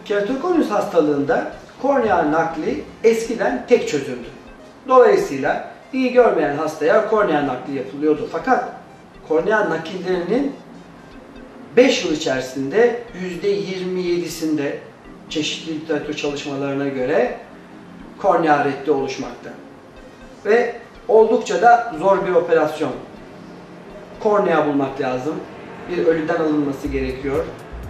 Keratokonus hastalığında kornea nakli eskiden tek çözümdü. Dolayısıyla iyi görmeyen hastaya kornea nakli yapılıyordu. Fakat kornea nakillerinin 5 yıl içerisinde %27'sinde çeşitli literatür çalışmalarına göre kornea reddi oluşmakta. Ve oldukça da zor bir operasyon. Kornea bulmak lazım. Bir ölüden alınması gerekiyor.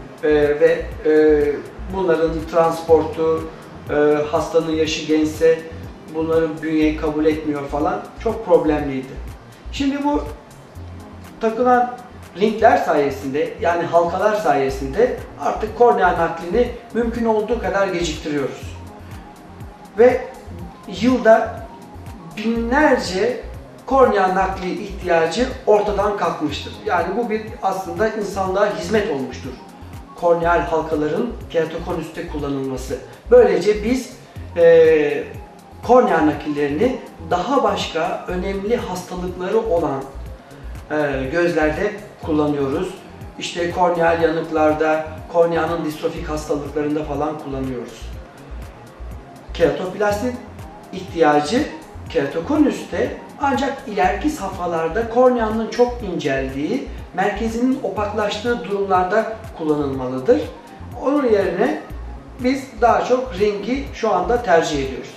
Bunların transportu, hastanın yaşı gençse bunların bünye kabul etmiyor falan. Çok problemliydi. Şimdi bu takılan ringler sayesinde, yani halkalar sayesinde artık kornea naklini mümkün olduğu kadar geciktiriyoruz. Ve yılda binlerce kornea nakli ihtiyacı ortadan kalkmıştır. Yani bu bir aslında insanlığa hizmet olmuştur. Korneal halkaların keratokonüste kullanılması. Böylece biz kornea nakillerini daha başka önemli hastalıkları olan gözlerde kullanıyoruz. İşte korneal yanıklarda, korneanın distrofik hastalıklarında falan kullanıyoruz. Keratoplasti ihtiyacı keratokonüste ancak ileriki safhalarda korneanın çok inceldiği, merkezinin opaklaştığı durumlarda kullanılmalıdır. Onun yerine biz daha çok ringi şu anda tercih ediyoruz.